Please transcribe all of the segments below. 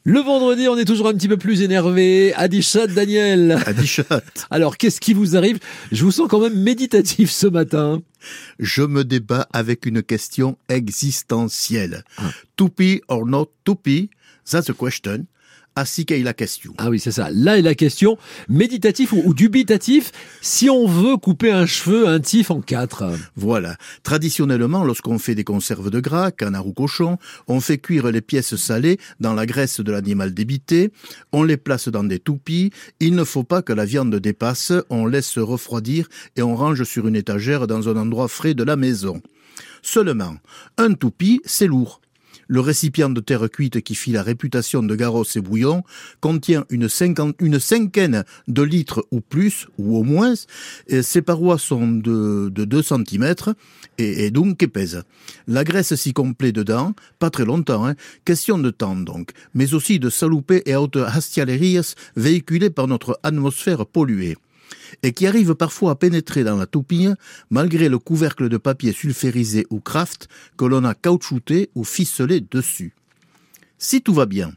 Le vendredi, on est toujours un petit peu plus énervé. Adichat, Daniel. Adichat. Alors, qu'est-ce qui vous arrive? Je vous sens quand même méditatif ce matin. Je me débat avec une question existentielle. Toupie or not toupie? That's the question. Ainsi qu'est la question. Ah oui, c'est ça. Là est la question. Méditatif ou dubitatif, si on veut couper un cheveu, un tif en 4. Voilà. Traditionnellement, lorsqu'on fait des conserves de gras, canard ou cochon, on fait cuire les pièces salées dans la graisse de l'animal débité, on les place dans des toupies, il ne faut pas que la viande dépasse, on laisse refroidir et on range sur une étagère dans un endroit frais de la maison. Seulement, un toupie, c'est lourd. Le récipient de terre cuite qui fit la réputation de garros et bouillon contient une cinquaine de litres ou plus, ou au moins. Et ses parois sont de 2 cm et donc pèsent. La graisse s'y complaît dedans, pas très longtemps, question de temps donc, mais aussi de saloupés et hautes hastialeries véhiculées par notre atmosphère polluée, et qui arrive parfois à pénétrer dans la toupie malgré le couvercle de papier sulfurisé ou Kraft que l'on a caoutchouté ou ficelé dessus. Si tout va bien,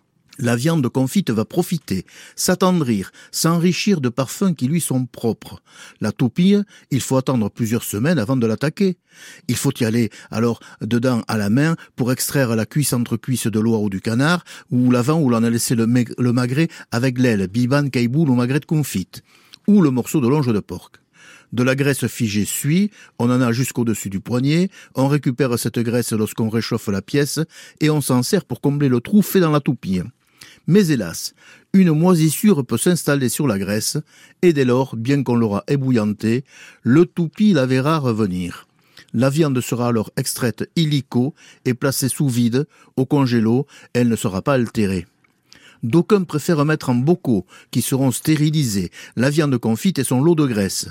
la viande confite va profiter, s'attendrir, s'enrichir de parfums qui lui sont propres. La toupie, il faut attendre plusieurs semaines avant de l'attaquer. Il faut y aller alors dedans à la main pour extraire la cuisse entre cuisses de l'oie ou du canard, ou l'avant où l'on a laissé le magret avec l'aile, biban, caïboule ou magret de confite, ou le morceau de longe de porc. De la graisse figée suit, on en a jusqu'au-dessus du poignet, on récupère cette graisse lorsqu'on réchauffe la pièce, et on s'en sert pour combler le trou fait dans la toupie. Mais hélas, une moisissure peut s'installer sur la graisse, et dès lors, bien qu'on l'aura ébouillanté, le toupie la verra revenir. La viande sera alors extraite illico et placée sous vide, au congélo, elle ne sera pas altérée. D'aucuns préfèrent mettre en bocaux qui seront stérilisés la viande confite et son lot de graisse,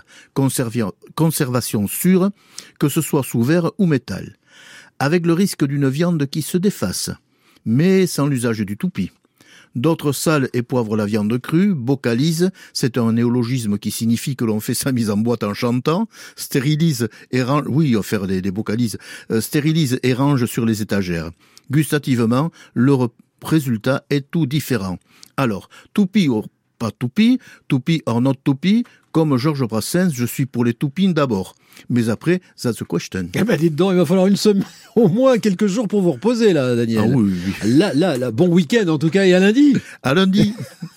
conservation sûre, que ce soit sous verre ou métal, avec le risque d'une viande qui se déface, mais sans l'usage du toupie. D'autres salent et poivrent la viande crue, bocalisent, c'est un néologisme qui signifie que l'on fait sa mise en boîte en chantant, stérilise et range, oui, faire des bocalises, stérilise et range sur les étagères. Gustativement, le résultat est tout différent. Alors, toupie ou pas toupie or not toupie, comme Georges Brassens, je suis pour les toupines d'abord. Mais après, that's the question. Eh ben, dites donc, il va falloir une semaine, au moins quelques jours pour vous reposer, là, Daniel. Ah oui, oui. Là, bon week-end, en tout cas, et à lundi. À lundi.